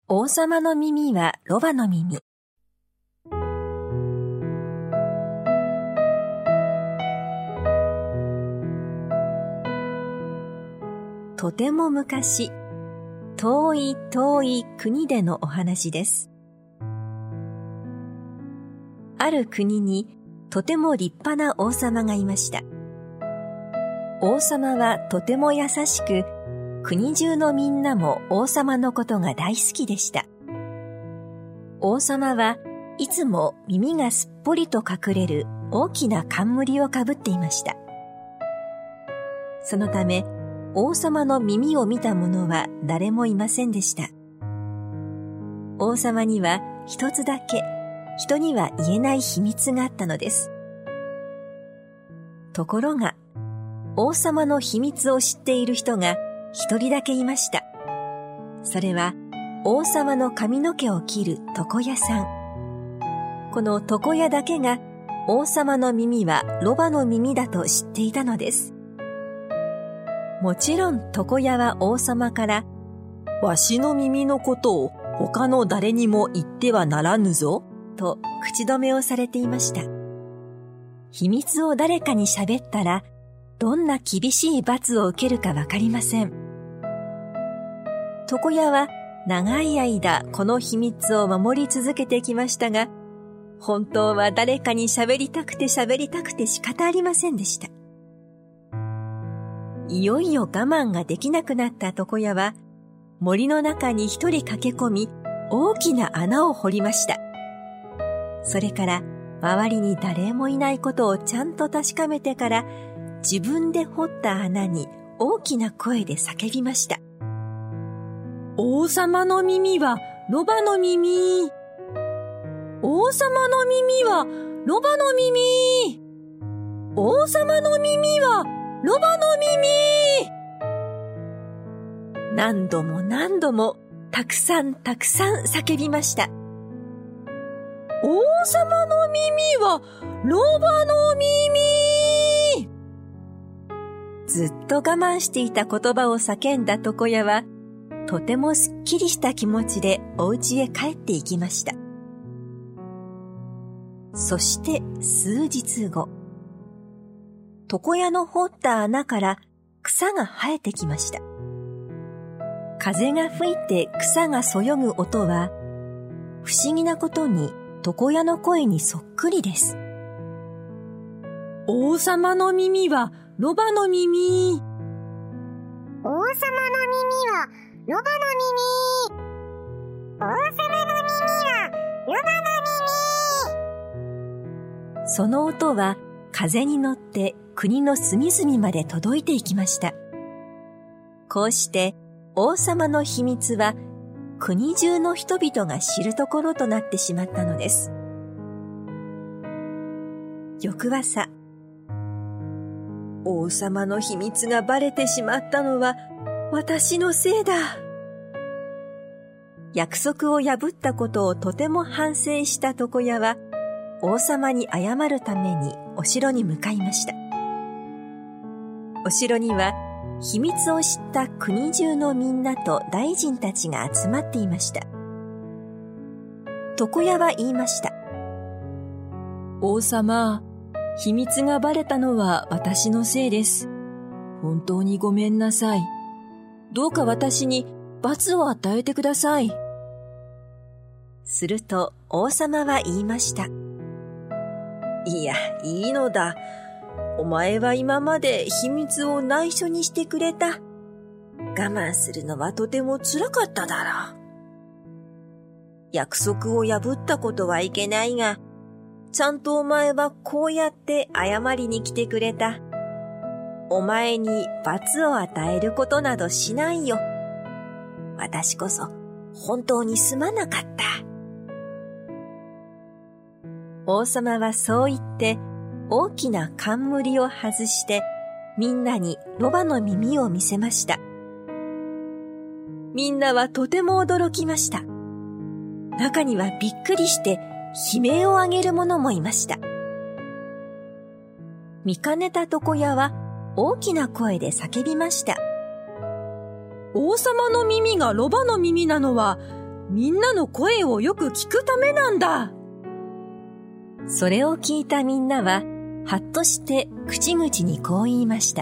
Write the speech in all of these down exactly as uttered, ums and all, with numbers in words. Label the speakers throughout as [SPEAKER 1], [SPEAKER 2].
[SPEAKER 1] 王様の耳はロバの耳。とても昔、遠い遠い国でのお話です。ある国にとても立派な王様がいました。王様はとても優しく、国中のみんなも王様のことが大好きでした。王様はいつも耳がすっぽりと隠れる大きな冠をかぶっていました。そのため、王様の耳を見た者は誰もいませんでした。王様には一つだけ人には言えない秘密があったのです。ところが、王様の秘密を知っている人が一人だけいました。それは王様の髪の毛を切る床屋さん。この床屋だけが王様の耳はロバの耳だと知っていたのです。もちろん床屋は王様から、わしの耳のことを他の誰にも言ってはならぬぞ、と口止めをされていました。秘密を誰かに喋ったら、どんな厳しい罰を受けるかわかりません。床屋は長い間この秘密を守り続けてきましたが、本当は誰かに喋りたくて喋りたくて仕方ありませんでした。いよいよ我慢ができなくなった床屋は、森の中に一人駆け込み、大きな穴を掘りました。それから周りに誰もいないことをちゃんと確かめてから、自分で掘った穴に大きな声で叫びました。王様の耳はロバの耳。王様の耳はロバの耳。王様の耳はロバの耳。何度も何度もたくさんたくさん叫びました。王様の耳はロバの耳。ずっと我慢していた言葉を叫んだ床屋は、とてもすっきりした気持ちでお家へ帰って行きました。そして数日後、床屋の掘った穴から草が生えてきました。風が吹いて草がそよぐ音は、不思議なことに床屋の声にそっくりです。王様の耳はロバの耳。
[SPEAKER 2] 王様の耳はロバの耳。王様の耳はロバの耳。
[SPEAKER 1] その音は風に乗って国の隅々まで届いていきました。こうして王様の秘密は国中の人々が知るところとなってしまったのです。翌朝、王様の秘密がバレてしまったのは私のせいだ。約束を破ったことをとても反省した床屋は、王様に謝るためにお城に向かいました。お城には秘密を知った国中のみんなと大臣たちが集まっていました。床屋は言いました。王様、秘密がバレたのは私のせいです。本当にごめんなさい。どうか私に罰を与えてください。すると王様は言いました。いや、いいのだ。お前は今まで秘密を内緒にしてくれた。我慢するのはとても辛かっただろう。約束を破ったことはいけないが、ちゃんとお前はこうやって謝りに来てくれた。お前に罰を与えることなどしないよ。私こそ本当にすまなかった。王様はそう言って大きな冠を外してみんなにロバの耳を見せました。みんなはとても驚きました。中にはびっくりして悲鳴を上げる者もいました。見かねた床屋は大きな声で叫びました。王様の耳がロバの耳なのはみんなの声をよく聞くためなんだ。それを聞いたみんなは、はっとして口々にこう言いました。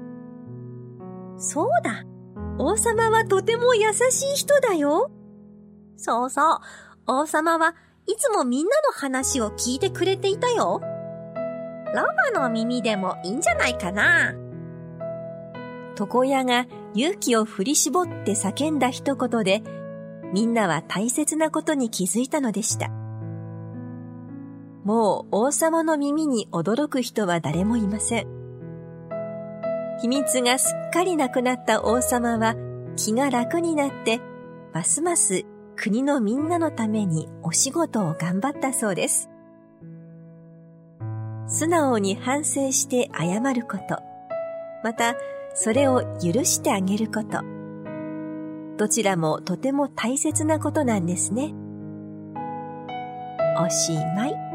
[SPEAKER 3] そうだ。王様はとても優しい人だよ。そうそう。王様はいつもみんなの話を聞いてくれていたよ。ロバの耳でもいいんじゃないかな。
[SPEAKER 1] 床屋が勇気を振り絞って叫んだ一言で、みんなは大切なことに気づいたのでした。もう王様の耳に驚く人は誰もいません。秘密がすっかりなくなった王様は気が楽になって、ますます国のみんなのためにお仕事を頑張ったそうです。素直に反省して謝ること、またそれを許してあげること、どちらもとても大切なことなんですね。おしまい。